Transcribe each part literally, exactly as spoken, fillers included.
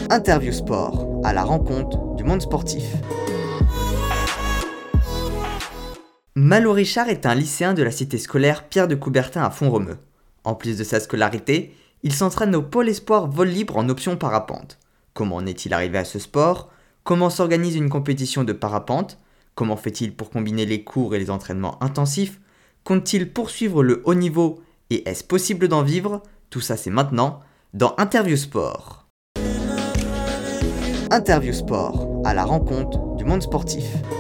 Interview Sport, à la rencontre du monde sportif. Malo Richard est un lycéen de la cité scolaire Pierre de Coubertin à Font-Romeu. En plus de sa scolarité, il s'entraîne au pôle espoir vol libre en option parapente. Comment en est-il arrivé à ce sport ? Comment s'organise une compétition de parapente ? Comment fait-il pour combiner les cours et les entraînements intensifs ? Compte-t-il poursuivre le haut niveau et est-ce possible d'en vivre ? Tout ça c'est maintenant dans Interview Sport. Interview Sport, à la rencontre du monde sportif.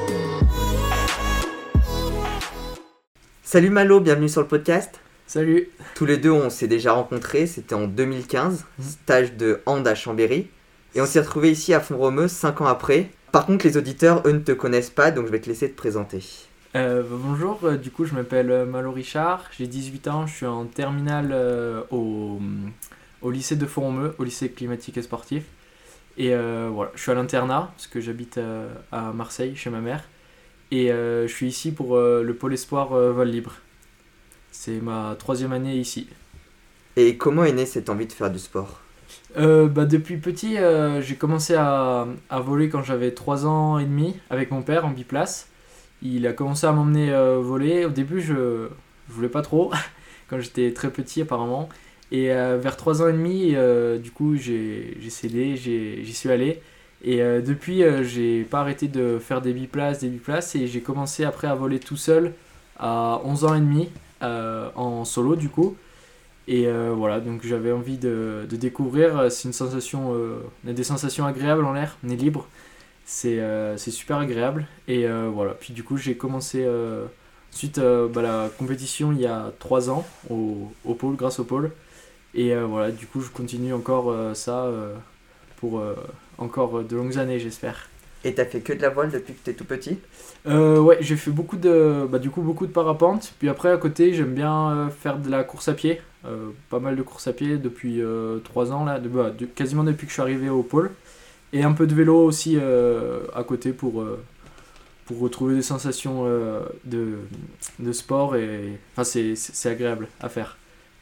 Salut Malo, bienvenue sur le podcast. Salut. Tous les deux on s'est déjà rencontrés, c'était en deux mille quinze, stage de hand à Chambéry. Et on s'est retrouvés ici à Font-Romeu cinq ans après. Par contre les auditeurs, eux, ne te connaissent pas, donc je vais te laisser te présenter. Euh, bonjour, euh, du coup je m'appelle Malo Richard, j'ai dix-huit ans, je suis en terminale euh, au, au lycée de Font-Romeu, au lycée climatique et sportif. Et euh, voilà, je suis à l'internat, parce que j'habite euh, à Marseille, chez ma mère. Et euh, je suis ici pour euh, le pôle espoir euh, vol libre. C'est ma troisième année ici. Et comment est née cette envie de faire du sport ? euh, bah, Depuis petit, euh, j'ai commencé à, à voler quand j'avais trois ans et demi, avec mon père en biplace. Il a commencé à m'emmener euh, voler. Au début, je ne voulais pas trop, quand j'étais très petit apparemment. Et euh, vers trois ans et demi, euh, du coup, j'ai, j'ai cédé, j'ai, j'y suis allé. Et euh, depuis, euh, j'ai pas arrêté de faire des biplaces, des biplaces. Et j'ai commencé après à voler tout seul à onze ans et demi, euh, en solo du coup. Et euh, voilà, donc j'avais envie de, de découvrir. C'est une sensation, euh, on a des sensations agréables en l'air, on est libre. C'est, euh, c'est super agréable. Et euh, voilà, puis du coup, j'ai commencé euh, ensuite euh, bah, la compétition il y a trois ans au, au pôle, grâce au pôle. Et euh, voilà, du coup, je continue encore euh, ça euh, pour euh, encore de longues années, j'espère. Et t'as fait que de la voile depuis que t'es tout petit ? euh, Ouais, j'ai fait beaucoup de, bah, du coup, beaucoup de parapente. Puis après, à côté, j'aime bien euh, faire de la course à pied. Euh, pas mal de course à pied depuis euh, trois ans, là, de, bah, de, quasiment depuis que je suis arrivé au pôle. Et un peu de vélo aussi euh, à côté pour, euh, pour retrouver des sensations euh, de, de sport. Et, enfin, c'est, c'est, c'est agréable à faire.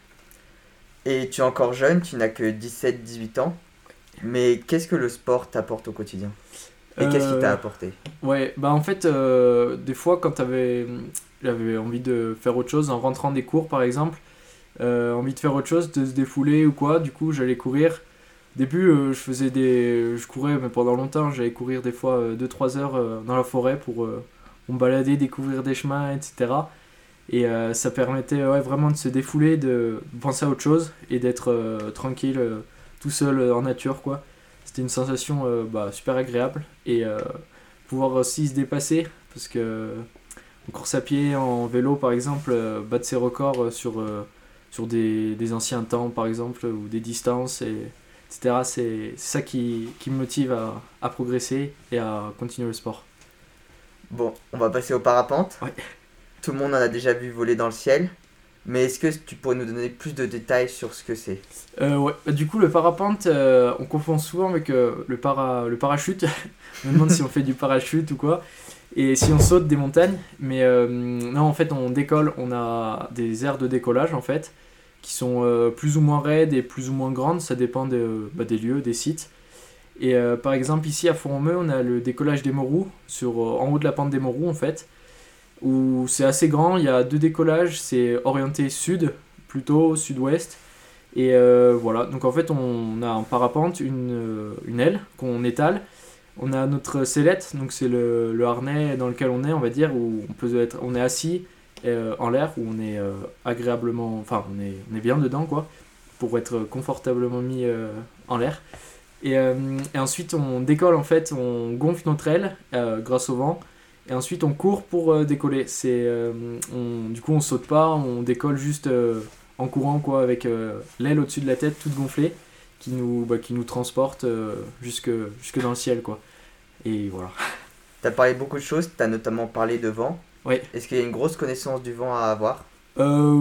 Et tu es encore jeune, tu n'as que dix-sept à dix-huit ans. Mais qu'est-ce que le sport t'apporte au quotidien ? Et euh, qu'est-ce qui t'a apporté ? Ouais, bah en fait, euh, des fois, quand t'avais, j'avais envie de faire autre chose, en rentrant des cours par exemple, euh, envie de faire autre chose, de se défouler ou quoi, du coup, j'allais courir. Au début, euh, je faisais des... je courais, mais pendant longtemps, j'allais courir des fois euh, deux à trois heures euh, dans la forêt pour, euh, pour me balader, découvrir des chemins, et cetera. Et euh, ça permettait ouais, vraiment de se défouler, de penser à autre chose et d'être euh, tranquille, euh, tout seul euh, en nature, quoi. C'était une sensation euh, bah, super agréable et euh, pouvoir aussi se dépasser parce que en course à pied, en vélo par exemple, euh, battre ses records sur, euh, sur des, des anciens temps par exemple ou des distances, et, etc. C'est, c'est ça qui, qui me motive à, à progresser et à continuer le sport. Bon, on va passer au parapente. Ouais. Tout le monde en a déjà vu voler dans le ciel. Mais est-ce que tu pourrais nous donner plus de détails sur ce que c'est ? euh, ouais. Bah, du coup, le parapente, euh, on confond souvent avec euh, le, para, le parachute. On me demande si on fait du parachute ou quoi. Et si on saute des montagnes. Mais euh, non, en fait, on décolle. On a des aires de décollage, en fait, qui sont euh, plus ou moins raides et plus ou moins grandes. Ça dépend de, bah, des lieux, des sites. Et euh, par exemple, ici à Font-Romeu, on a le décollage des Mauroux, sur, euh, en haut de la pente des Mauroux, en fait, où c'est assez grand, il y a deux décollages, c'est orienté sud, plutôt sud-ouest, et euh, voilà, donc en fait on a en parapente une, une aile qu'on étale, on a notre sellette, donc c'est le, le harnais dans lequel on est, on va dire, où on, peut être, on est assis euh, en l'air, où on est euh, agréablement, enfin on est, on est bien dedans quoi, pour être confortablement mis euh, en l'air, et, euh, et ensuite on décolle en fait, on gonfle notre aile euh, grâce au vent. Et ensuite on court pour euh, décoller. C'est, euh, on, du coup on saute pas, on décolle juste euh, en courant quoi, avec euh, l'aile au-dessus de la tête toute gonflée qui nous, bah, qui nous transporte euh, jusque, jusque dans le ciel quoi. Et voilà. Tu as parlé beaucoup de choses, tu as notamment parlé de vent. Oui. Est-ce qu'il y a une grosse connaissance du vent à avoir ? euh,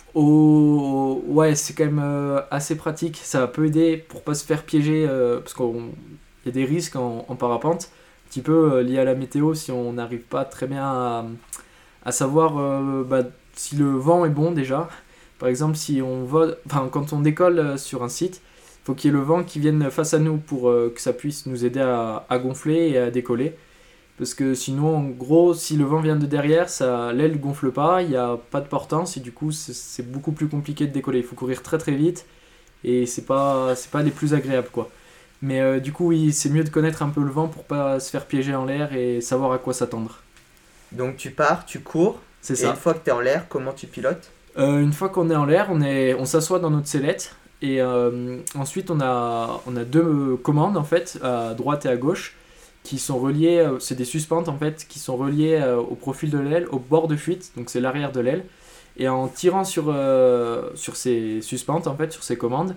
oh, Ouais, c'est quand même euh, assez pratique. Ça peut aider pour pas se faire piéger euh, parce qu'il y a des risques en, en parapente. Un petit peu euh, lié à la météo si on n'arrive pas très bien à, à savoir euh, bah, si le vent est bon déjà. Par exemple, si on vole, enfin, quand on décolle sur un site, il faut qu'il y ait le vent qui vienne face à nous pour euh, que ça puisse nous aider à, à gonfler et à décoller. Parce que sinon, en gros, si le vent vient de derrière, ça, l'aile gonfle pas, il n'y a pas de portance et du coup, c'est, c'est beaucoup plus compliqué de décoller. Il faut courir très très vite et c'est pas, c'est pas les plus agréables, quoi. Mais euh, du coup, oui, c'est mieux de connaître un peu le vent pour pas se faire piéger en l'air et savoir à quoi s'attendre. Donc tu pars, tu cours, C'est et ça. une fois que tu es en l'air, comment tu pilotes? Euh, une fois qu'on est en l'air, on, est, on s'assoit dans notre sellette et euh, ensuite on a, on a deux euh, commandes en fait, à droite et à gauche, qui sont reliées, euh, c'est des suspentes en fait, qui sont reliées euh, au profil de l'aile, au bord de fuite, donc c'est l'arrière de l'aile. Et en tirant sur, euh, sur ces suspentes en fait, sur ces commandes,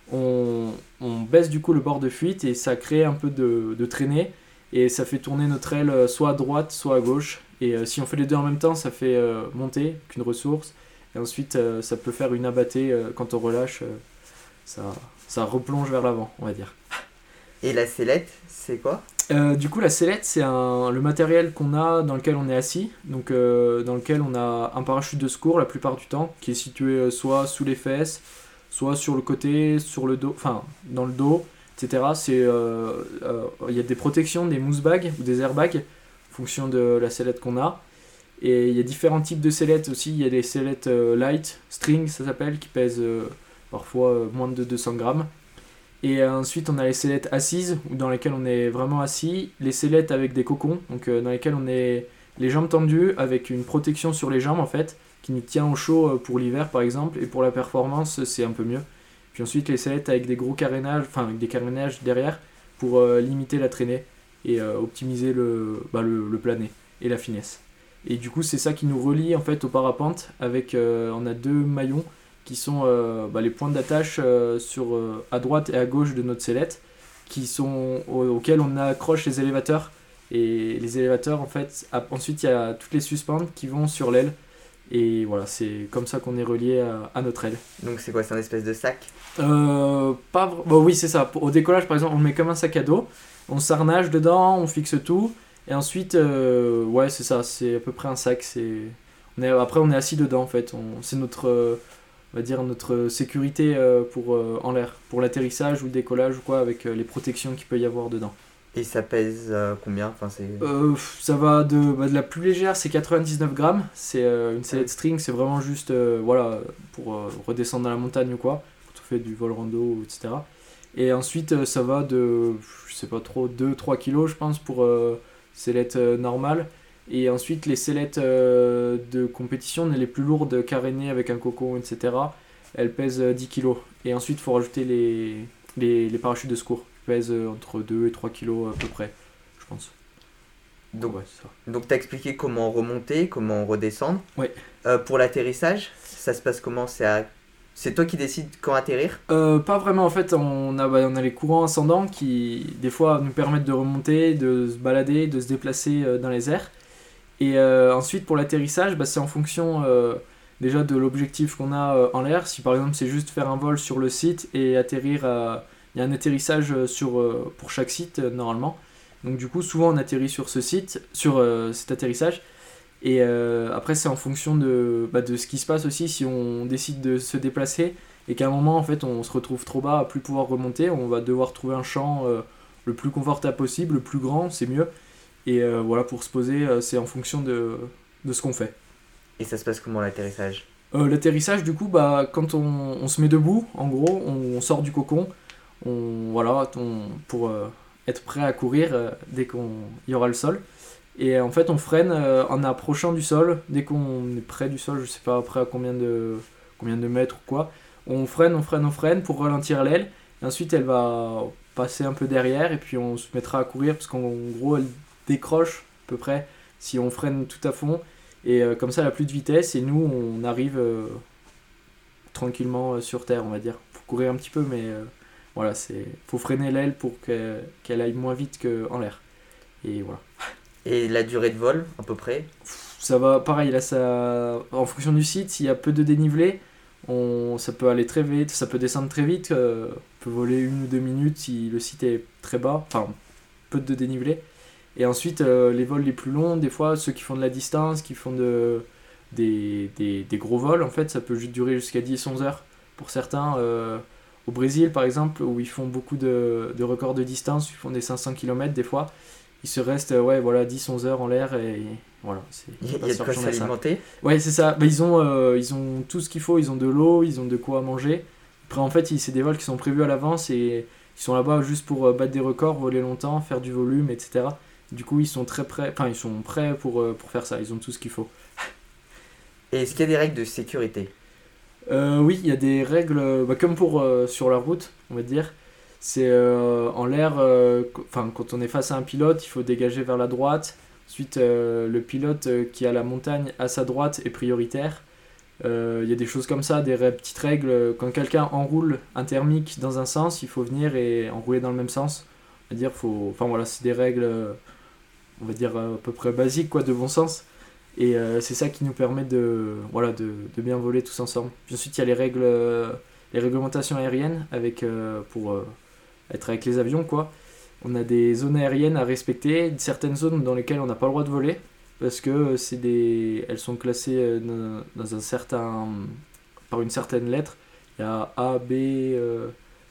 on, on baisse du coup le bord de fuite et ça crée un peu de, de traînée et ça fait tourner notre aile euh, soit à droite, soit à gauche. Et euh, si on fait les deux en même temps, ça fait euh, monter qu'une ressource. Et ensuite, euh, ça peut faire une abattée euh, quand on relâche. euh, ça, ça replonge vers l'avant, on va dire. Et la sellette, c'est quoi? Euh, du coup, la sellette, c'est un, le matériel qu'on a dans lequel on est assis. Donc, euh, dans lequel on a un parachute de secours la plupart du temps, qui est situé euh, soit sous les fesses, soit sur le côté, sur le dos, enfin, dans le dos, et cetera. C'est, euh, euh, il y a des protections, des mousse bags ou des airbags, en fonction de la sellette qu'on a. Et il y a différents types de sellettes aussi. Il y a des sellettes euh, light, string ça s'appelle, qui pèsent euh, parfois euh, moins de deux cents grammes. Et euh, ensuite on a les sellettes assises, dans lesquelles on est vraiment assis. Les sellettes avec des cocons, donc euh, dans lesquelles on est les jambes tendues, avec une protection sur les jambes en fait, qui nous tient au chaud euh, pour l'hiver par exemple. Et pour la performance c'est un peu mieux. Puis ensuite les sellettes avec des gros carénages, enfin avec des carénages derrière, pour euh, limiter la traînée et euh, optimiser le, bah, le, le plané et la finesse. Et du coup, c'est ça qui nous relie en fait au parapente. Avec, euh, on a deux maillons qui sont euh, bah, les points d'attache euh, sur, euh, à droite et à gauche de notre sellette, qui sont, au- auxquels on accroche les élévateurs. Et les élévateurs, en fait, ap- ensuite il y a toutes les suspentes qui vont sur l'aile. Et voilà, c'est comme ça qu'on est relié à, à notre aile. Donc c'est quoi? C'est un espèce de sac? Euh, pas vra- bon, oui, c'est ça. Pour- Au décollage, par exemple, on le met comme un sac à dos. On s'arnage dedans, on fixe tout. Et ensuite, euh, ouais, c'est ça. C'est à peu près un sac. C'est... On est... Après, on est assis dedans, en fait. On... C'est notre, euh, on va dire, notre sécurité euh, pour, euh, en l'air. Pour l'atterrissage ou le décollage ou quoi, avec euh, les protections qu'il peut y avoir dedans. Et ça pèse euh, combien? Enfin, c'est... Euh, ça va de, bah, de la plus légère, c'est quatre-vingt-dix-neuf grammes. C'est euh, une sellette string. C'est vraiment juste euh, voilà, pour euh, redescendre dans la montagne ou quoi. Quand on fait du vol rando, et cetera. Et ensuite, euh, ça va de, je sais pas trop, deux trois kilos, je pense, pour euh, sellette euh, normale. Et ensuite, les sellettes euh, de compétition, les plus lourdes, carénées avec un cocon, et cetera, elles pèsent euh, dix kilos. Et ensuite, il faut rajouter les, les, les parachutes de secours, qui pèsent euh, entre deux et trois kilos à peu près, je pense. Donc, Ouais, c'est ça. donc t'as expliqué comment remonter, comment redescendre. Ouais. Euh, pour l'atterrissage, ça se passe comment? C'est, à... c'est toi qui décides quand atterrir? Euh, pas vraiment, en fait, on a, bah, on a les courants ascendants qui, des fois, nous permettent de remonter, de se balader, de se déplacer euh, dans les airs. Et euh, ensuite, pour l'atterrissage, bah, c'est en fonction euh, déjà de l'objectif qu'on a euh, en l'air. Si par exemple, c'est juste faire un vol sur le site et atterrir, à... il y a un atterrissage euh, sur, euh, pour chaque site euh, normalement. Donc, du coup, souvent on atterrit sur ce site, sur euh, cet atterrissage. Et euh, après, c'est en fonction de, bah, de ce qui se passe aussi. Si on décide de se déplacer et qu'à un moment, en fait, on se retrouve trop bas à plus pouvoir remonter, on va devoir trouver un champ euh, le plus confortable possible, le plus grand, c'est mieux. Et euh, voilà, pour se poser, euh, c'est en fonction de, de ce qu'on fait. Et ça se passe comment l'atterrissage? Euh, l'atterrissage, du coup, bah, quand on, on se met debout, en gros, on, on sort du cocon, on, voilà, on, pour euh, être prêt à courir euh, dès qu'il y aura le sol. Et en fait, on freine euh, en approchant du sol. Dès qu'on est près du sol, je sais pas après à combien de, combien de mètres ou quoi, on freine, on freine, on freine pour ralentir l'aile. Et ensuite, elle va passer un peu derrière et puis on se mettra à courir parce qu'en gros, elle décroche à peu près si on freine tout à fond. Et euh, comme ça, elle a plus de vitesse et nous, on arrive euh, tranquillement euh, sur terre, on va dire. Faut courir un petit peu, mais euh, voilà, c'est faut freiner l'aile pour que, qu'elle aille moins vite qu'en l'air. Et voilà. Et la durée de vol, à peu près? Ça va, pareil, là, ça, en fonction du site, s'il y a peu de dénivelé, on, ça peut aller très vite, ça peut descendre très vite, euh, on peut voler une ou deux minutes si le site est très bas, enfin, peu de dénivelé. Et ensuite, euh, les vols les plus longs, des fois, ceux qui font de la distance, qui font de, des, des, des gros vols, en fait, ça peut juste durer jusqu'à dix onze heures. Pour certains, euh, au Brésil par exemple, où ils font beaucoup de, de records de distance, ils font des cinq cents kilomètres des fois, ils se restent euh, ouais, voilà, dix onze heures en l'air et voilà. C'est, Il y a de quoi s'alimenter. Ouais, c'est ça. Bah, ils, ont, euh, ils ont tout ce qu'il faut, ils ont de l'eau, ils ont de quoi manger. Après, en fait, c'est des vols qui sont prévus à l'avance et ils sont là-bas juste pour euh, battre des records, voler longtemps, faire du volume, et cetera. Du coup, ils sont très prêts, enfin, ils sont prêts pour, euh, pour faire ça, ils ont tout ce qu'il faut. Et est-ce qu'il y a des règles de sécurité? Euh, oui, il y a des règles, bah, comme pour euh, sur la route, on va dire. C'est euh, en l'air, euh, qu- enfin, quand on est face à un pilote, il faut dégager vers la droite. Ensuite, euh, le pilote euh, qui a la montagne à sa droite est prioritaire. Euh, Il y a des choses comme ça, des ré- petites règles. Quand quelqu'un enroule un thermique dans un sens, il faut venir et enrouler dans le même sens. On va dire, faut, enfin voilà, c'est des règles, euh, on va dire euh, à peu près basiques, quoi, de bon sens. Et euh, c'est ça qui nous permet de, voilà, de, de bien voler tous ensemble. Puis ensuite, il y a les règles, euh, les réglementations aériennes avec, euh, pour euh, être avec les avions, quoi. On a des zones aériennes à respecter, certaines zones dans lesquelles on n'a pas le droit de voler parce que c'est des, elles sont classées euh, dans, dans un certain, par une certaine lettre. Il y a A, B, euh,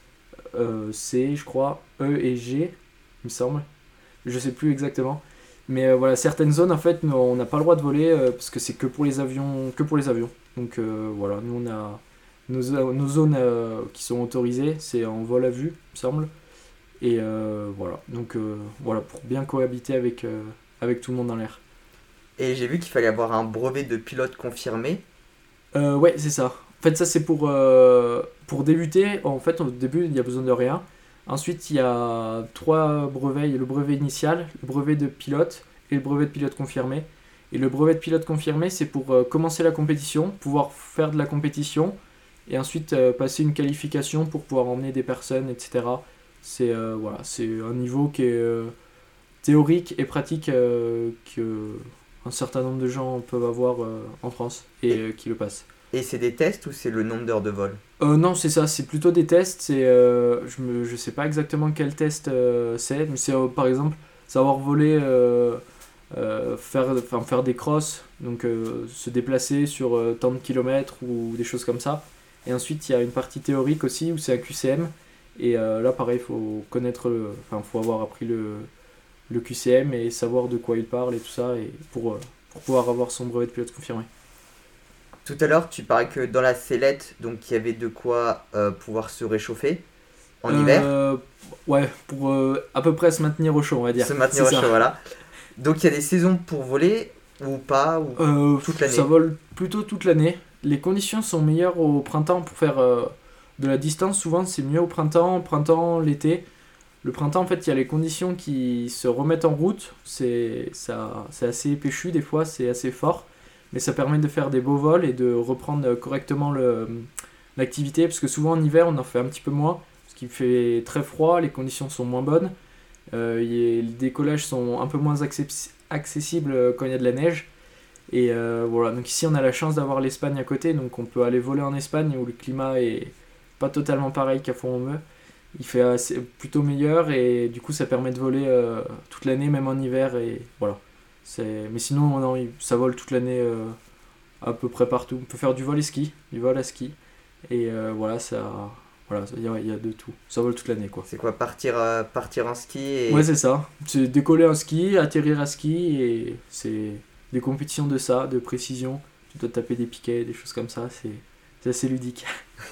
euh, C, je crois, E et G, il me semble. Je sais plus exactement. Mais euh, voilà, certaines zones, en fait, nous, on n'a pas le droit de voler euh, parce que c'est que pour les avions, que pour les avions. Donc euh, voilà, nous on a nos, nos zones euh, qui sont autorisées, c'est en vol à vue, il me semble. Et euh, voilà, donc euh, voilà, pour bien cohabiter avec, euh, avec tout le monde dans l'air. Et j'ai vu qu'il fallait avoir un brevet de pilote confirmé. Euh, ouais, c'est ça. En fait, ça c'est pour, euh, pour débuter. En fait, au début, il n'y a besoin de rien. Ensuite, il y a trois brevets. Il y a le brevet initial, le brevet de pilote et le brevet de pilote confirmé. Et le brevet de pilote confirmé, c'est pour euh, commencer la compétition, pouvoir faire de la compétition et ensuite euh, passer une qualification pour pouvoir emmener des personnes, et cetera. C'est euh, voilà, c'est un niveau qui est euh, théorique et pratique euh, que un certain nombre de gens peuvent avoir euh, en France et euh, qui le passent. Et c'est des tests ou c'est le nombre d'heures de vol? Euh, non, c'est ça, c'est plutôt des tests. C'est, euh, je me, je sais pas exactement quel test euh, c'est, mais c'est euh, par exemple savoir voler, euh, euh, faire, enfin, faire des crosses, donc euh, se déplacer sur euh, tant de kilomètres ou des choses comme ça. Et ensuite, il y a une partie théorique aussi où c'est un Q C M. Et euh, là, pareil, il faut connaître, le, enfin, faut avoir appris le, le Q C M et savoir de quoi il parle et tout ça, et pour, euh, pour pouvoir avoir son brevet de pilote confirmé. Tout à l'heure, tu parlais que dans la sellette, donc il y avait de quoi euh, pouvoir se réchauffer en Euh, hiver, Ouais, pour euh, à peu près se maintenir au chaud, on va dire. se maintenir au C'est chaud, ça. voilà. Donc il y a des saisons pour voler ou pas ou... Euh, Toute l'année. Ça vole plutôt toute l'année. Les conditions sont meilleures au printemps pour faire euh, de la distance. Souvent, c'est mieux au printemps, au printemps, l'été. Le printemps, en fait, il y a les conditions qui se remettent en route. C'est, ça, c'est assez péchu des fois, c'est assez fort. Mais ça permet de faire des beaux vols et de reprendre correctement le, l'activité. Parce que souvent en hiver, on en fait un petit peu moins. Parce qu'il fait très froid, les conditions sont moins bonnes. Euh, y est- les décollages sont un peu moins accessi- accessibles quand il y a de la neige. Et euh, voilà, donc ici on a la chance d'avoir l'Espagne à côté. Donc on peut aller voler en Espagne où le climat est pas totalement pareil qu'à Font-Romeu. Il fait assez, plutôt meilleur et du coup ça permet de voler euh, toute l'année, même en hiver. Et voilà. C'est... Mais sinon, non, il- ça vole toute l'année euh, à peu près partout. On peut faire du vol et ski, du vol à ski. Et euh, voilà, ça, voilà, il y, a- il y a de tout. Ça vole toute l'année, quoi. C'est quoi, partir, euh, partir en ski et... Ouais, c'est ça. C'est décoller en ski, atterrir à ski, et c'est des compétitions de ça, de précision. Tu dois taper des piquets, des choses comme ça. C'est, c'est assez ludique.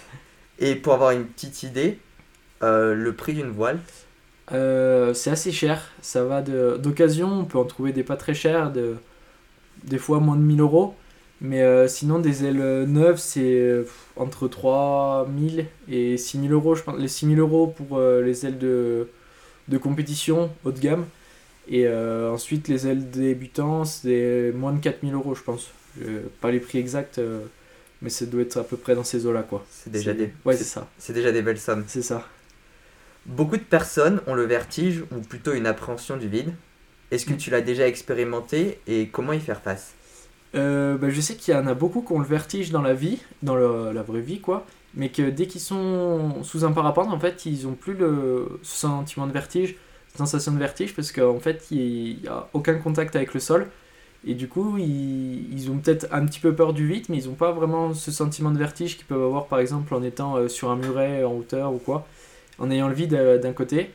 Et pour avoir une petite idée, euh, le prix d'une voile, Euh, c'est assez cher. Ça va de, d'occasion, on peut en trouver des pas très chers, de, des fois moins de mille euros. Mais euh, sinon, des ailes neuves, c'est euh, entre trois mille et six mille euros. Je pense. Les six mille euros pour euh, les ailes de, de compétition haut de gamme. Et euh, ensuite, les ailes débutants, c'est moins de quatre mille euros, je pense. Je- pas les prix exacts, euh, mais ça doit être à peu près dans ces eaux-là, quoi. c'est déjà, C'est- des... Ouais, c'est ça. c'est déjà des belles sommes. C'est ça. Beaucoup de personnes ont le vertige ou plutôt une appréhension du vide. Est-ce que Mm. tu l'as déjà expérimenté et comment y faire face? Euh, bah, je sais qu'il y en a beaucoup qui ont le vertige dans la vie, dans le- la vraie vie, quoi. Mais que dès qu'ils sont sous un parapente, en fait, ils ont plus le ce sentiment de vertige, cette sensation de vertige, parce qu'en fait, il n'y a aucun contact avec le sol. Et du coup, ils, ils ont peut-être un petit peu peur du vide, mais ils n'ont pas vraiment ce sentiment de vertige qu'ils peuvent avoir par exemple en étant euh, sur un muret en hauteur ou quoi, en ayant le vide euh, d'un côté.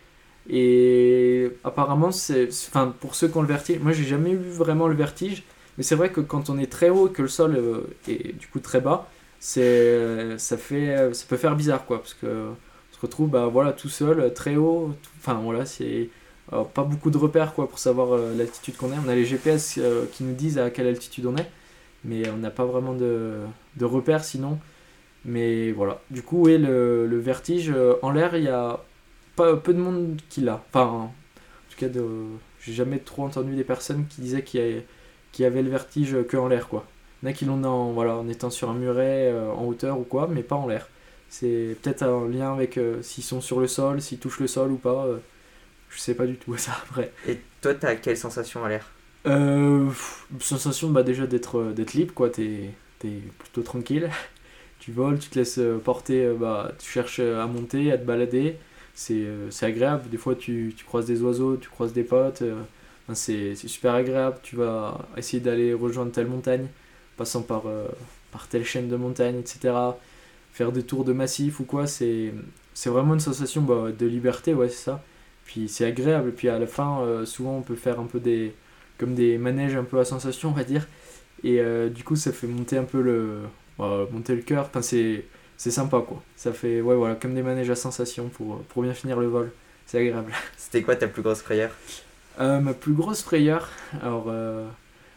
Et apparemment, c'est, enfin, pour ceux qui ont le vertige, moi j'ai jamais eu vraiment le vertige, mais c'est vrai que quand on est très haut et que le sol euh, est du coup très bas, c'est, ça, fait, ça peut faire bizarre quoi, parce que on se retrouve bah, voilà, tout seul, très haut, tout, enfin voilà, c'est euh, pas beaucoup de repères quoi, pour savoir euh, l'altitude qu'on est. On a les G P S euh, qui nous disent à quelle altitude on est, mais on n'a pas vraiment de, de repères sinon. Mais voilà, du coup, oui, le, le vertige euh, en l'air, il y a pas peu de monde qui l'a. Enfin, en tout cas, de, j'ai jamais trop entendu des personnes qui disaient qu'il y avait, qu'il y avait le vertige que en l'air, quoi. Il y en a qui l'ont en, voilà, en étant sur un muret, euh, en hauteur ou quoi, mais pas en l'air. C'est peut-être un lien avec euh, s'ils sont sur le sol, s'ils touchent le sol ou pas. Euh, je sais pas du tout ça après. Et toi, t'as quelle sensation à l'air? Euh, pff, sensation bah, déjà d'être, euh, d'être libre, quoi. T'es, t'es plutôt tranquille. Tu voles, tu te laisses euh, porter, euh, bah, tu cherches euh, à monter, à te balader. C'est, euh, c'est agréable. Des fois, tu, tu croises des oiseaux, tu croises des potes. euh, enfin, c'est, c'est super agréable. Tu vas essayer d'aller rejoindre telle montagne, passant par, euh, par telle chaîne de montagnes, et cetera. Faire des tours de massif ou quoi. C'est, c'est vraiment une sensation bah, de liberté, ouais, c'est ça. Puis c'est agréable. Puis à la fin, euh, souvent, on peut faire un peu des, comme des manèges un peu à sensation, on va dire. Et euh, du coup, ça fait monter un peu le, bah, monter le cœur. Enfin, c'est, c'est sympa, quoi. Ça fait, ouais, voilà, comme des manèges à sensation pour, pour bien finir le vol. C'est agréable. C'était quoi ta plus grosse frayeur? Euh, ma plus grosse frayeur, alors, euh,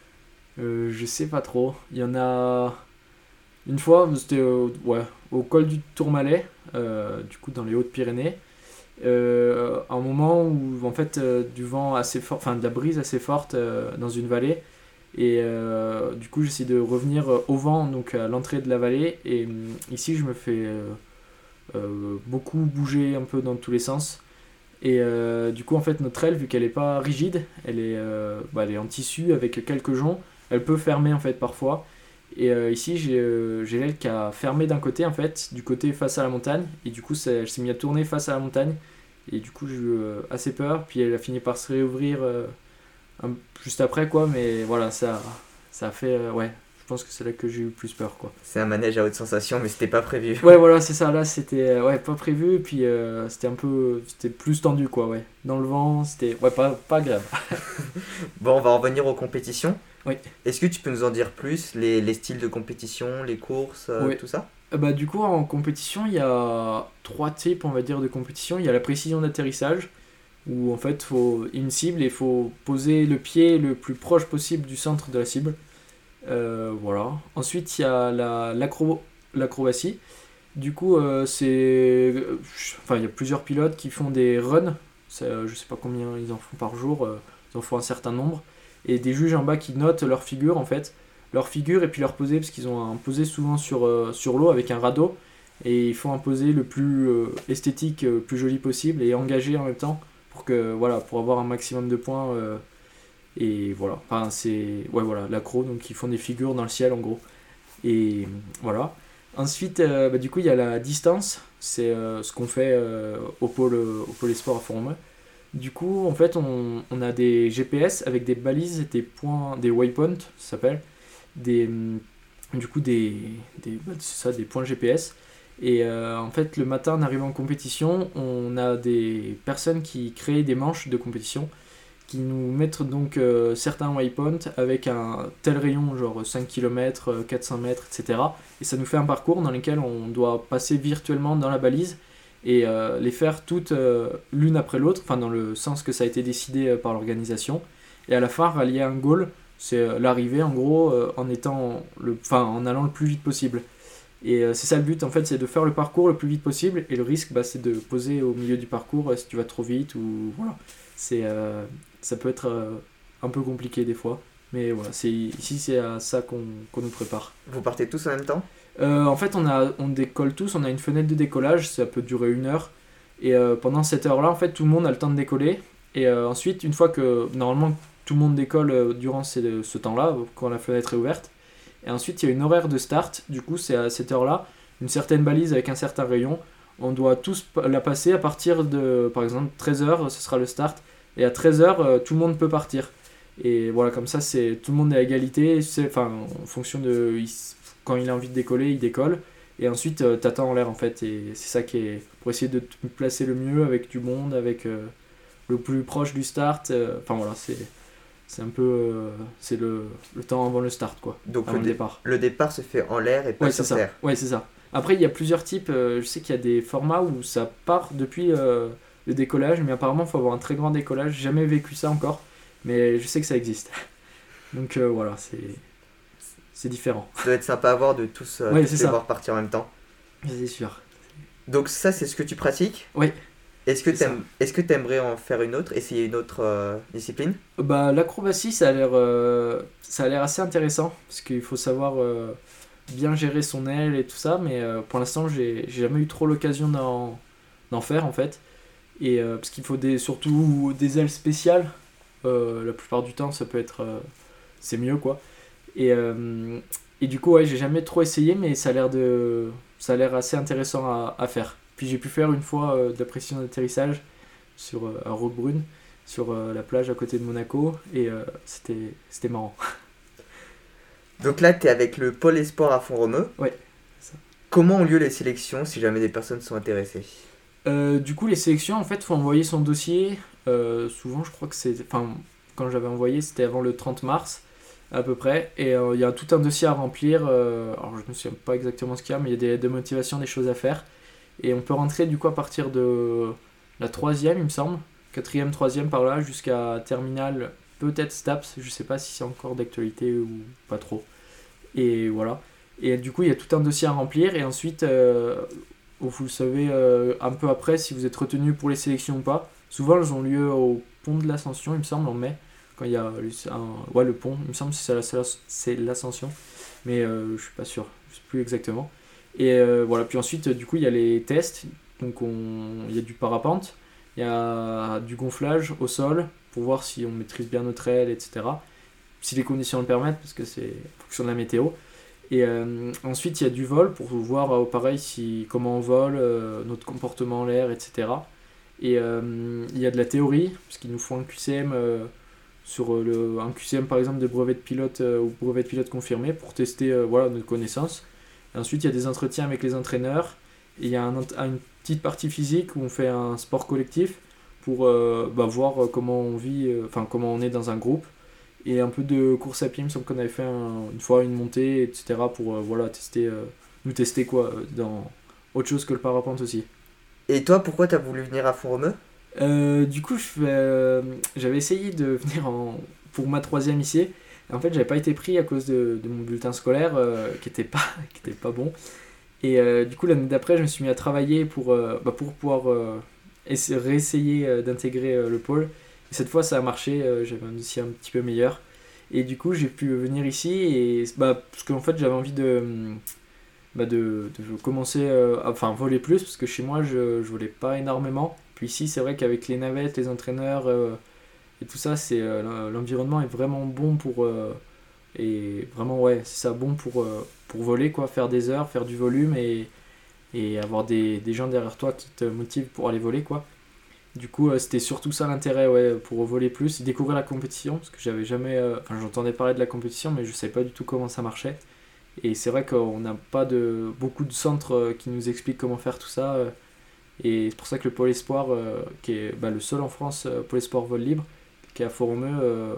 euh, je sais pas trop. Il y en a une fois, c'était euh, ouais, au col du Tourmalet, euh, du coup dans les Hautes-Pyrénées. Euh, un moment où en fait euh, du vent assez fort, enfin de la brise assez forte euh, dans une vallée. Et euh, du coup, j'essaie de revenir euh, au vent, donc à l'entrée de la vallée. Et hum, ici, je me fais euh, euh, beaucoup bouger un peu dans tous les sens. Et euh, du coup, en fait, notre aile, vu qu'elle n'est pas rigide, elle est, euh, bah, elle est en tissu avec quelques joncs. Elle peut fermer en fait parfois. Et euh, ici, j'ai, euh, j'ai l'aile qui a fermé d'un côté, en fait, du côté face à la montagne. Et du coup, ça, elle s'est mise à tourner face à la montagne. Et du coup, j'ai eu euh, assez peur. Puis elle a fini par se réouvrir. Euh, un- juste après quoi, mais voilà, ça ça a fait euh, ouais, je pense que c'est là que j'ai eu le plus peur quoi. C'est un manège à haute sensation, mais c'était pas prévu. Ouais, voilà, c'est ça, là c'était euh, ouais, pas prévu. Et puis euh, c'était un peu, c'était plus tendu quoi, ouais, dans le vent, c'était ouais, pas pas grave. Bon, on va en revenir aux compétitions. Oui. Est-ce que tu peux nous en dire plus, les, les styles de compétition, les courses, euh, Oui. tout ça? Euh, bah du coup en compétition il y a trois types on va dire de compétition. Il y a la précision d'atterrissage où en fait faut une cible et il faut poser le pied le plus proche possible du centre de la cible. Euh, voilà. Ensuite, il y a la, l'acro, l'acrobatie. Du coup, euh, c'est, enfin, il y a plusieurs pilotes qui font des runs. C'est, euh, je sais pas combien ils en font par jour. Euh, ils en font un certain nombre. Et des juges en bas qui notent leur figure, en fait. Leur figure et puis leur posé, parce qu'ils ont un posé souvent sur, euh, sur l'eau avec un radeau. Et il faut un posé le plus euh, esthétique, le plus joli possible et engagé en même temps pour, que, voilà, pour avoir un maximum de points. Euh, Et voilà, enfin, c'est ouais, voilà, l'accro, donc ils font des figures dans le ciel en gros. Et voilà. Ensuite, euh, bah, du coup, il y a la distance, c'est euh, ce qu'on fait euh, au pôle, au pôle Esport à Font-Romeu. Du coup, en fait, on, on a des G P S avec des balises, des points, des waypoints, ça s'appelle, des, du coup, des, des, bah, c'est ça, des points G P S. Et euh, en fait, le matin, en arrivant en compétition, on a des personnes qui créent des manches de compétition qui nous mettent donc euh, certains waypoints avec un tel rayon, genre cinq kilomètres, quatre cents mètres, et cetera. Et ça nous fait un parcours dans lequel on doit passer virtuellement dans la balise et euh, les faire toutes euh, l'une après l'autre, enfin dans le sens que ça a été décidé euh, par l'organisation. Et à la fin, rallier un goal, c'est euh, l'arrivée en gros euh, en, étant le, enfin, en allant le plus vite possible. Et euh, c'est ça le but en fait, c'est de faire le parcours le plus vite possible. Et le risque, bah, c'est de poser au milieu du parcours euh, si tu vas trop vite ou voilà. C'est... Euh, ça peut être euh, un peu compliqué des fois, mais voilà, c'est, ici c'est à ça qu'on, qu'on nous prépare. Vous partez tous en même temps? Euh, en fait, on, a, on décolle tous, on a une fenêtre de décollage, ça peut durer une heure, et euh, pendant cette heure-là, en fait, tout le monde a le temps de décoller, et euh, ensuite, une fois que, normalement, tout le monde décolle euh, durant ces, ce temps-là, quand la fenêtre est ouverte, et ensuite, il y a une horaire de start, du coup, c'est à cette heure-là, une certaine balise avec un certain rayon, on doit tous la passer à partir de, par exemple, treize heures, ce sera le start, et à treize heures, euh, tout le monde peut partir. Et voilà, comme ça, c'est, tout le monde est à égalité. C'est, enfin, en fonction de. Il, quand il a envie de décoller, il décolle. Et ensuite, euh, t'attends en l'air en fait. Et c'est ça qui est. Pour essayer de te placer le mieux avec du monde, avec euh, le plus proche du start. euh, Enfin voilà, c'est. C'est un peu. euh, c'est le, le temps avant le start, quoi. Donc Avant le, le dé- départ. le départ se fait en l'air et pas Ouais, sur c'est ça. terre. Ouais, c'est ça. Après, il y a plusieurs types. euh, je sais qu'il y a des formats où ça part depuis euh, le décollage, mais apparemment, il faut avoir un très grand décollage. J'ai jamais vécu ça encore, mais je sais que ça existe. Donc euh, voilà, c'est c'est différent. Ça doit être sympa à voir de tous, euh, Ouais, tous c'est les ça. voir partir en même temps. C'est sûr. Donc ça, c'est ce que tu pratiques. Oui. Est-ce que C'est tu est-ce que aimerais en faire une autre, essayer une autre euh, discipline? Bah, l'acrobatie, ça a l'air euh, ça a l'air assez intéressant parce qu'il faut savoir euh, bien gérer son aile et tout ça, mais euh, pour l'instant, j'ai j'ai jamais eu trop l'occasion d'en d'en faire en fait. Et euh, parce qu'il faut des, surtout des ailes spéciales. Euh, la plupart du temps, ça peut être euh, c'est mieux quoi. Et, euh, et du coup, ouais, j'ai jamais trop essayé, mais ça a l'air de ça a l'air assez intéressant à, à faire. Puis j'ai pu faire une fois euh, de la précision d'atterrissage sur euh, à Roquebrune, sur euh, la plage à côté de Monaco, et euh, c'était c'était marrant. Donc là, tu es avec le pôle espoir à Font-Romeu. Ouais, c'est ça. Comment ont lieu les sélections si jamais des personnes sont intéressées? Euh, du coup, les sélections, en fait, faut envoyer son dossier. Euh, souvent, je crois que c'est. Enfin, quand j'avais envoyé, c'était avant le trente mars, à peu près. Et euh, il y a tout un dossier à remplir. euh, alors, je ne me souviens pas exactement ce qu'il y a, mais il y a des, des motivations, des choses à faire. Et on peut rentrer, du coup, à partir de la troisième, il me semble. Quatrième, troisième, par là, jusqu'à terminale, peut-être STAPS. Je sais pas si c'est encore d'actualité ou pas trop. Et voilà. Et du coup, il y a tout un dossier à remplir. Et ensuite. Euh, vous le savez euh, un peu après si vous êtes retenu pour les sélections ou pas. Souvent, elles ont lieu au pont de l'Ascension, il me semble, en mai. Quand il y a un... Ouais, le pont, il me semble que c'est, la... c'est l'Ascension. Mais euh, je suis pas sûr, je sais plus exactement. Et euh, voilà, puis ensuite, du coup, il y a les tests. Donc, on... il y a du parapente, il y a du gonflage au sol pour voir si on maîtrise bien notre aile, et cetera. Si les conditions le permettent, parce que c'est en fonction de la météo. Et euh, ensuite, il y a du vol pour voir euh, pareil si, comment on vole, euh, notre comportement en l'air, et cetera. Et euh, il y a de la théorie, parce qu'il nous faut un Q C M, euh, sur euh, le, un Q C M par exemple de brevet de pilote euh, ou brevet de pilote confirmé pour tester euh, voilà, notre connaissance. Et ensuite, il y a des entretiens avec les entraîneurs. Et il y a un, une petite partie physique où on fait un sport collectif pour euh, bah, voir comment on vit, enfin euh, comment on est dans un groupe. Et un peu de course à pied, il me semble qu'on avait fait un, une fois une montée, et cetera pour euh, voilà, tester, euh, nous tester quoi, euh, dans autre chose que le parapente aussi. Et toi, pourquoi t'as voulu venir à Font-Romeu? Euh, du coup, je fais, euh, j'avais essayé de venir en, pour ma troisième ici. Et en fait, j'avais pas été pris à cause de, de mon bulletin scolaire euh, qui était pas, qui était pas bon. Et euh, du coup, l'année d'après, je me suis mis à travailler pour, euh, bah, pour pouvoir euh, essa- réessayer euh, d'intégrer euh, le pôle. Et cette fois, ça a marché, euh, j'avais un dossier un petit peu meilleur. Et du coup, j'ai pu venir ici, et, bah, parce qu'en fait, j'avais envie de, bah, de, de commencer euh, à enfin, voler plus, parce que chez moi, je, je volais pas énormément. Puis ici, c'est vrai qu'avec les navettes, les entraîneurs euh, et tout ça, c'est, euh, l'environnement est vraiment bon pour... Euh, et vraiment, ouais, c'est ça, bon pour, euh, pour voler, quoi, faire des heures, faire du volume, et, et avoir des, des gens derrière toi qui te motivent pour aller voler, quoi. Du coup, euh, c'était surtout ça l'intérêt, ouais, pour voler plus, découvrir la compétition, parce que j'avais jamais... euh, Enfin, j'entendais parler de la compétition, mais je savais pas du tout comment ça marchait. Et c'est vrai qu'on n'a pas de, beaucoup de centres euh, qui nous expliquent comment faire tout ça. euh, et c'est pour ça que le Pôle Espoir, euh, qui est bah, le seul en France, euh, Pôle Espoir vol libre, qui est à Font-Romeu, euh,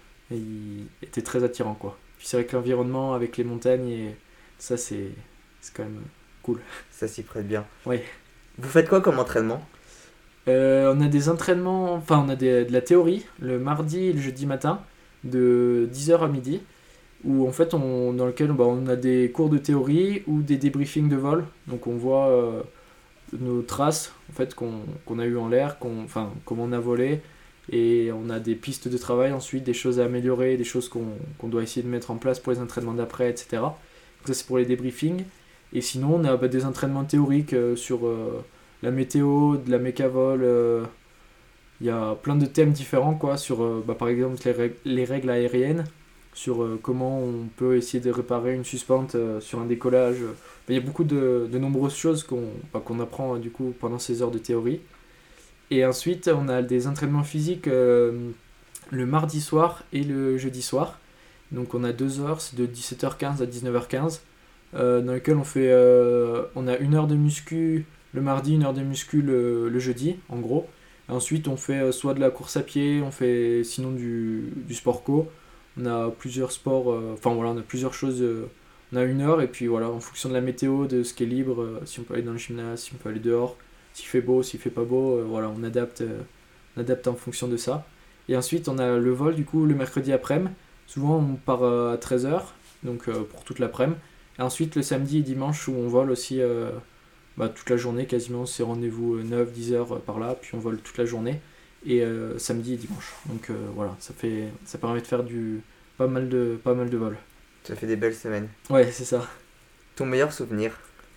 il était très attirant, quoi. Puis c'est vrai que l'environnement avec les montagnes, et ça, c'est, c'est quand même cool. Ça s'y prête bien. Oui. Vous faites quoi comme entraînement? Euh, on a des entraînements, enfin on a des- de la théorie le mardi et le jeudi matin de dix heures à midi où en fait on, dans lequel bah, on a des cours de théorie ou des débriefings de vol, donc on voit euh, nos traces en fait qu'on qu'on a eu en l'air, qu'on, enfin comment on a volé, et on a des pistes de travail ensuite, des choses à améliorer, des choses qu'on qu'on doit essayer de mettre en place pour les entraînements d'après, et cetera. Donc ça c'est pour les débriefings. Et sinon on a bah, des entraînements théoriques euh, sur euh, la météo, de la mécavol, euh, il y a plein de thèmes différents, quoi, sur euh, bah, par exemple les règles, les règles aériennes, sur euh, comment on peut essayer de réparer une suspente euh, sur un décollage. Il y a beaucoup de, de nombreuses choses qu'on bah, qu'on apprend euh, du coup pendant ces heures de théorie. Et ensuite, on a des entraînements physiques euh, le mardi soir et le jeudi soir. Donc on a deux heures, c'est de dix-sept heures quinze à dix-neuf heures quinze, euh, dans lesquelles on fait, euh, on a une heure de muscu le mardi, une heure de muscu le, le jeudi, en gros. Et ensuite on fait euh, soit de la course à pied, on fait sinon du, du sport co. On a plusieurs sports, euh, enfin voilà, on a plusieurs choses. Euh, on a une heure et puis voilà, en fonction de la météo, de ce qui est libre, euh, si on peut aller dans le gymnase, si on peut aller dehors, s'il fait beau, s'il fait pas beau, euh, voilà, on adapte, euh, on adapte en fonction de ça. Et ensuite on a le vol du coup le mercredi après-midi. Souvent on part euh, à treize heures, donc euh, pour toute l'après-midi. Et ensuite le samedi et dimanche où on vole aussi euh, bah, toute la journée quasiment, c'est rendez-vous euh, neuf dix heures euh, par là, puis on vole toute la journée. Et euh, samedi et dimanche. Donc euh, voilà, ça, fait, ça permet de faire du, pas, mal de, pas mal de vols. Ça fait des belles semaines. Ouais, c'est ça. Ton meilleur souvenir?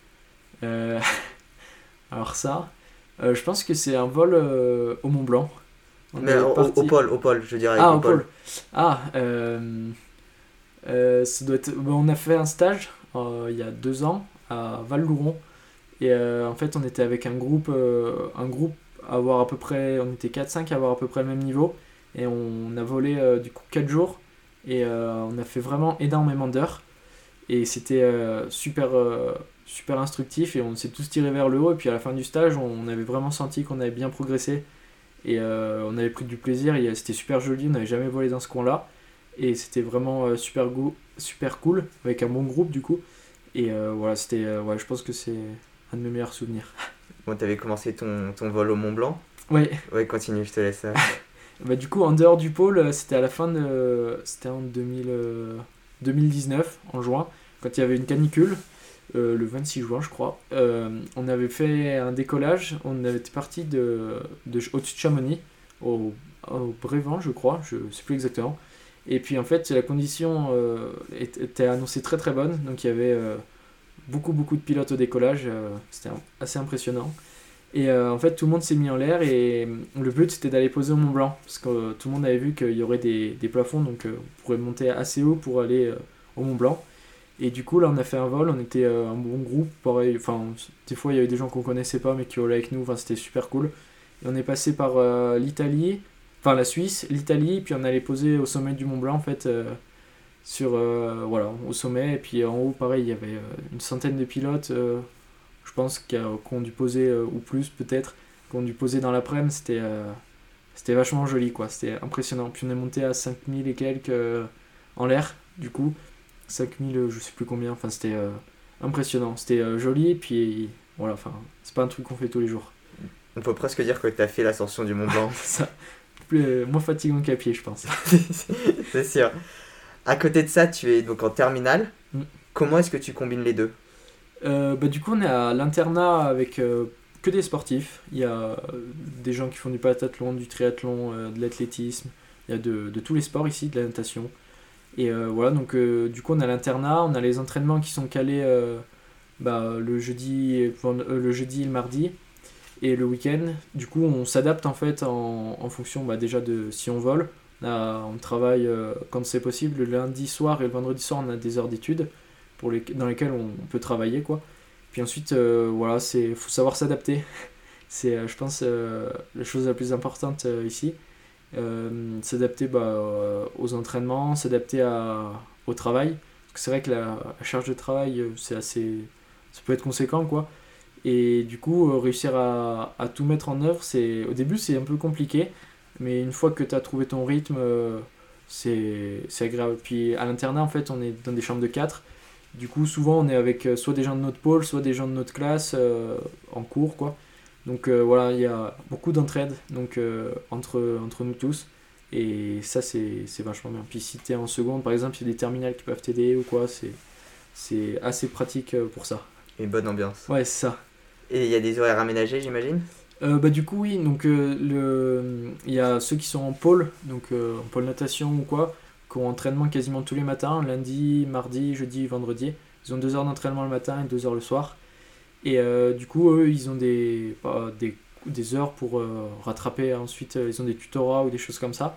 Euh, alors ça, euh, je pense que c'est un vol euh, au Mont Blanc. On Mais est au, parti- au pôle, au pôle, je dirais. Ah, au au pôle. Ah, euh, euh, ça doit être... bon, on a fait un stage euh, il y a deux ans à Val-Louron. Et euh, en fait, on était avec un groupe, euh, un groupe à avoir à peu près... On était quatre cinq à avoir à peu près le même niveau. Et on a volé euh, du coup quatre jours. Et euh, on a fait vraiment énormément d'heures. Et c'était euh, super, euh, super instructif. Et on s'est tous tirés vers le haut. Et puis à la fin du stage, on avait vraiment senti qu'on avait bien progressé. Et euh, on avait pris du plaisir, et c'était super joli, on n'avait jamais volé dans ce coin-là. Et c'était vraiment euh, super, go- super cool, avec un bon groupe du coup. Et euh, voilà, c'était, euh, ouais, je pense que c'est un de mes meilleurs souvenirs. Bon, t'avais commencé ton, ton vol au Mont Blanc. Ouais, Ouais, continue, je te laisse. euh. bah, du coup, en dehors du pôle, euh, c'était à la fin de. C'était en deux mille, euh, deux mille dix-neuf, en juin, quand il y avait une canicule, euh, le vingt-six juin, je crois. Euh, on avait fait un décollage, on avait été parti de, de, au-dessus de Chamonix, au, au Brévent, je crois, je sais plus exactement. Et puis en fait, la condition euh, était annoncée très très bonne, donc il y avait euh, beaucoup beaucoup de pilotes au décollage, euh, c'était assez impressionnant. Et euh, en fait, tout le monde s'est mis en l'air et le but c'était d'aller poser au Mont Blanc, parce que euh, tout le monde avait vu qu'il y aurait des, des plafonds, donc euh, on pourrait monter assez haut pour aller euh, au Mont Blanc. Et du coup, là, on a fait un vol, on était euh, un bon groupe, pareil, enfin, des fois, il y avait des gens qu'on connaissait pas, mais qui volaient avec nous, enfin, c'était super cool. Et on est passé par euh, l'Italie, enfin, la Suisse, l'Italie, puis on allait poser au sommet du Mont Blanc, en fait, euh, sur, euh, voilà, au sommet, et puis en haut, pareil, il y avait euh, une centaine de pilotes, euh, je pense, qui a- qui ont dû poser, euh, ou plus, peut-être, qui ont dû poser dans l'après-midi, c'était, euh, c'était vachement joli, quoi, c'était impressionnant. Puis on est monté à cinq mille et quelques euh, en l'air, du coup, cinq mille, euh, je sais plus combien, enfin c'était euh, impressionnant, c'était euh, joli, et puis voilà, enfin c'est pas un truc qu'on fait tous les jours. On peut presque dire que t'as fait l'ascension du Mont Blanc. Ça, plus, euh, moins fatigant qu'à pied, je pense. C'est sûr. À côté de ça, tu es donc en terminale. Mm. Comment est-ce que tu combines les deux? Euh, bah, du coup, on est à l'internat avec euh, que des sportifs. Il y a euh, des gens qui font du pentathlon, du triathlon, euh, de l'athlétisme. Il y a de, de tous les sports ici, de la natation. Et euh, voilà, donc euh, du coup, on a l'internat, on a les entraînements qui sont calés euh, bah, le jeudi, et vend- euh, le jeudi et le mardi. Et le week-end, du coup, on s'adapte en fait en, en fonction bah, déjà de si on vole. On, a- on travaille euh, quand c'est possible. Le lundi soir et le vendredi soir, on a des heures d'études pour les, dans lesquelles on, on peut travailler, quoi. Puis ensuite, euh, voilà, c'est faut savoir s'adapter. C'est, euh, je pense, euh, la chose la plus importante euh, ici. Euh, s'adapter bah, euh, aux entraînements, s'adapter à, au travail. Parce que c'est vrai que la, la charge de travail, euh, c'est assez, ça peut être conséquent, quoi. Et du coup, euh, réussir à, à tout mettre en œuvre, c'est, au début, c'est un peu compliqué. Mais une fois que tu as trouvé ton rythme, euh, c'est, c'est agréable. Puis à l'internat, en fait, on est dans des chambres de quatre. Du coup, souvent, on est avec euh, soit des gens de notre pôle, soit des gens de notre classe euh, en cours, quoi. Donc euh, voilà, il y a beaucoup d'entraide donc, euh, entre, entre nous tous. Et ça, c'est, c'est vachement bien. Puis si tu es en seconde, par exemple, il y a des terminales qui peuvent t'aider ou quoi. C'est, c'est assez pratique euh, pour ça. Une bonne ambiance. Ouais, c'est ça. Et il y a des horaires aménagés, j'imagine? Euh, bah, du coup, oui. Donc, euh, le, il y a ceux qui sont en pôle, donc euh, en pôle natation ou quoi, qui ont entraînement quasiment tous les matins, lundi, mardi, jeudi, vendredi. Ils ont deux heures d'entraînement le matin et deux heures le soir. Et euh, du coup, eux, ils ont des, bah, des, des heures pour euh, rattraper. Ensuite, euh, ils ont des tutorats ou des choses comme ça.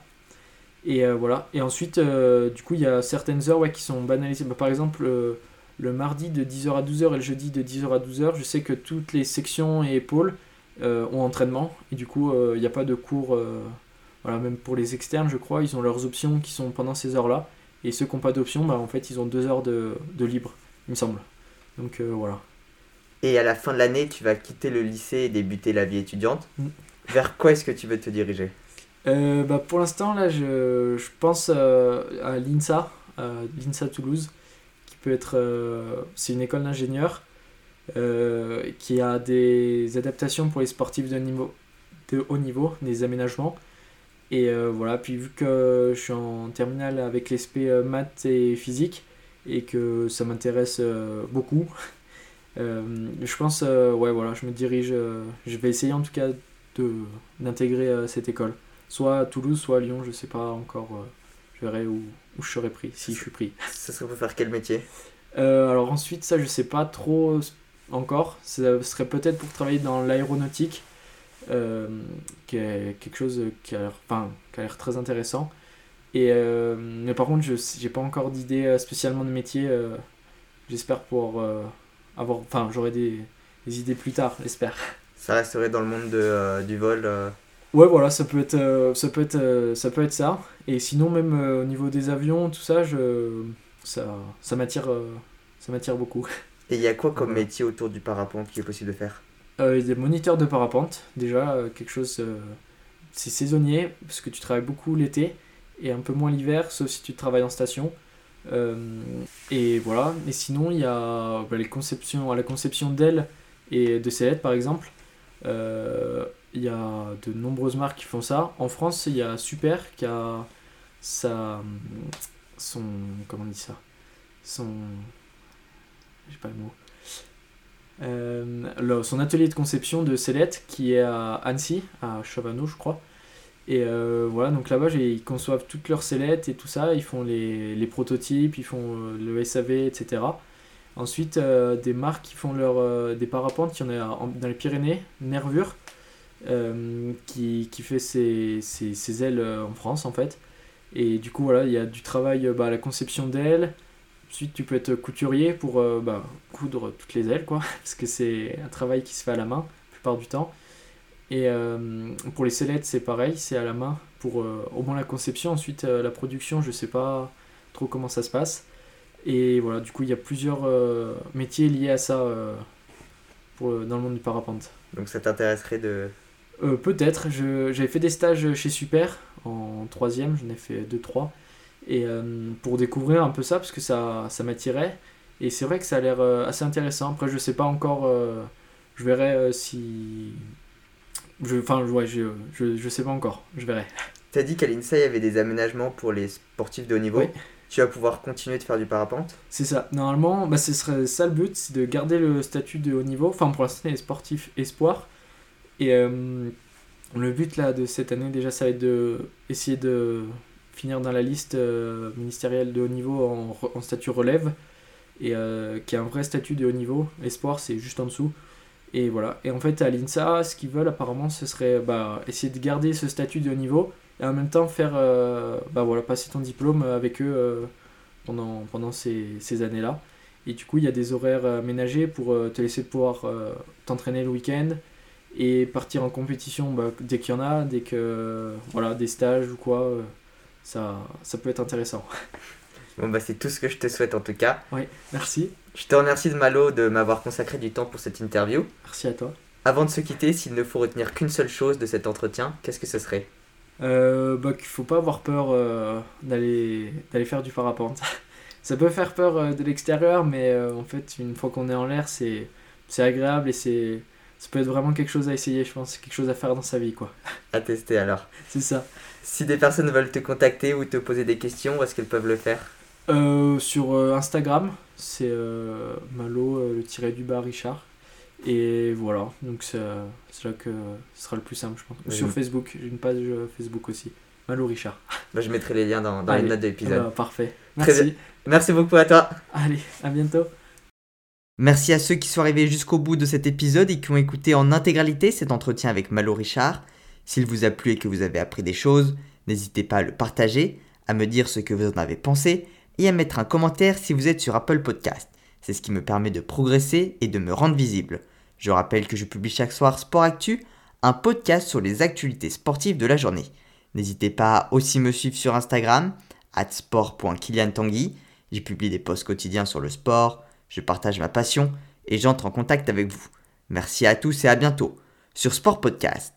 Et euh, voilà. Et ensuite, euh, du coup, il y a certaines heures ouais, qui sont banalisées. Bah, par exemple, euh, le mardi de dix heures à douze heures et le jeudi de dix heures à douze heures, je sais que toutes les sections et pôles euh, ont entraînement. Et du coup, il euh, n'y a pas de cours, euh, Voilà, même pour les externes, je crois, ils ont leurs options qui sont pendant ces heures-là. Et ceux qui n'ont pas d'option, bah, en fait, ils ont deux heures de, de libre, il me semble. Donc euh, voilà. Et à la fin de l'année, tu vas quitter le lycée et débuter la vie étudiante. Mm. Vers quoi est-ce que tu veux te diriger ? Euh, bah, pour l'instant, là, je, je pense euh, à l'INSA, euh, l'INSA Toulouse, qui peut être... Euh, c'est une école d'ingénieurs euh, qui a des adaptations pour les sportifs de, niveau, de haut niveau, des aménagements. Et euh, voilà, puis vu que je suis en terminale avec l'E S P euh, maths et physique, et que ça m'intéresse euh, beaucoup, euh, je pense, euh, ouais, voilà, je me dirige, euh, je vais essayer en tout cas de, d'intégrer euh, cette école. Soit à Toulouse, soit à Lyon, je sais pas encore, euh, je verrai où, où je serai pris, si je suis pris. Ça serait pour faire quel métier ? Euh, alors ensuite, ça je sais pas trop encore, ça serait peut-être pour travailler dans l'aéronautique, euh, qui est quelque chose qui a l'air, enfin, qui a l'air très intéressant. Et, euh, mais par contre, je j'ai pas encore d'idée spécialement de métier, euh, j'espère pouvoir euh, avoir, enfin j'aurai des, des idées plus tard, j'espère. Ça resterait dans le monde de, euh, du vol euh... Ouais, voilà, ça peut être, euh, ça, peut être, euh, ça peut être ça. Et sinon, même euh, au niveau des avions, tout ça, je, ça, ça m'attire, euh, ça m'attire beaucoup. Et il y a quoi comme Voilà. métier autour du parapente qui est possible de faire ? Euh, il y a des moniteurs de parapente, déjà, euh, quelque chose, euh, c'est saisonnier, parce que tu travailles beaucoup l'été, et un peu moins l'hiver, sauf si tu travailles en station. Euh, et voilà, et sinon, il y a bah, les conceptions, à la conception d'ailes et de sellettes, par exemple. Euh, Il y a de nombreuses marques qui font ça. En France, il y a Super qui a sa, son, comment on dit ça, son, j'ai pas le mot, euh, le- son atelier de conception de sellettes qui est à Annecy, à Chavannes, je crois. Et euh, voilà, donc là-bas, j'ai- ils conçoivent toutes leurs sellettes et tout ça. Ils font les, les prototypes, ils font euh, le S A V, et cetera. Ensuite, euh, des marques qui font leur, euh, des parapentes, il y en a en- dans les Pyrénées, Nervure, euh, qui, qui fait ses, ses, ses ailes euh, en France en fait. Et du coup, voilà, il y a du travail euh, bah, à la conception d'ailes. Ensuite, tu peux être couturier pour euh, bah, coudre toutes les ailes, quoi, parce que c'est un travail qui se fait à la main, la plupart du temps. Et euh, pour les sellettes, c'est pareil, c'est à la main pour euh, au moins la conception. Ensuite, euh, la production, je sais pas trop comment ça se passe. Et voilà, du coup, il y a plusieurs euh, métiers liés à ça euh, pour, euh, dans le monde du parapente. Donc ça t'intéresserait de... Euh, peut-être, je, j'avais fait des stages chez Super en troisième, j'en ai fait deux trois, et euh, pour découvrir un peu ça, parce que ça, ça m'attirait, et c'est vrai que ça a l'air euh, assez intéressant. Après, je sais pas encore, euh, je verrai euh, si... je- Enfin, ouais, je, je, je sais pas encore, je verrai. T'as dit qu'à l'INSA, il y avait des aménagements pour les sportifs de haut niveau. Oui. Tu vas pouvoir continuer de faire du parapente. C'est ça, normalement, bah, ce serait ça le but, c'est de garder le statut de haut niveau, enfin pour l'instant, les sportifs espoirs. Et euh, le but là de cette année déjà ça va être de essayer de finir dans la liste euh, ministérielle de haut niveau en, re- en statut relève et euh, qui a un vrai statut de haut niveau. Espoir c'est juste en dessous. Et voilà. Et en fait à l'INSA ce qu'ils veulent apparemment ce serait bah, essayer de garder ce statut de haut niveau et en même temps faire euh, bah, voilà, passer ton diplôme avec eux euh, pendant, pendant ces, ces années là. Et du coup il y a des horaires aménagés pour euh, te laisser pouvoir euh, t'entraîner le week-end et partir en compétition bah, dès qu'il y en a, dès que voilà, des stages ou quoi, euh, ça, ça peut être intéressant. Bon bah c'est tout ce que je te souhaite en tout cas. Oui, merci. Je te remercie de Malo de m'avoir consacré du temps pour cette interview. Merci à toi. Avant de se quitter, s'il ne faut retenir qu'une seule chose de cet entretien, qu'est-ce que ce serait ? Euh, bah, qu'il faut pas avoir peur euh, d'aller, d'aller faire du parapente. Ça peut faire peur euh, de l'extérieur, mais euh, en fait, une fois qu'on est en l'air, c'est, c'est agréable et c'est, ça peut être vraiment quelque chose à essayer, je pense. Quelque chose à faire dans sa vie, quoi. À tester alors. C'est ça. Si des personnes veulent te contacter ou te poser des questions, où est-ce qu'elles peuvent le faire ? Euh, sur euh, Instagram, c'est euh, Malo, euh, le tiré du bas Richard. Et voilà, donc c'est, euh, c'est là que ce sera le plus simple, je pense. Ou Oui. sur Facebook, j'ai une page euh, Facebook aussi. Malo Richard. Bah, je mettrai les liens dans, dans Allez, les notes de l'épisode. euh, parfait. Très Merci. Merci beaucoup à toi. Allez, à bientôt. Merci à ceux qui sont arrivés jusqu'au bout de cet épisode et qui ont écouté en intégralité cet entretien avec Malo Richard. S'il vous a plu et que vous avez appris des choses, n'hésitez pas à le partager, à me dire ce que vous en avez pensé et à mettre un commentaire si vous êtes sur Apple Podcast. C'est ce qui me permet de progresser et de me rendre visible. Je rappelle que je publie chaque soir Sport Actu, un podcast sur les actualités sportives de la journée. N'hésitez pas à aussi me suivre sur Instagram, arobase sport point kylian tanguy. J'y publie des posts quotidiens sur le sport, je partage ma passion et j'entre en contact avec vous. Merci à tous et à bientôt sur Sport Podcast.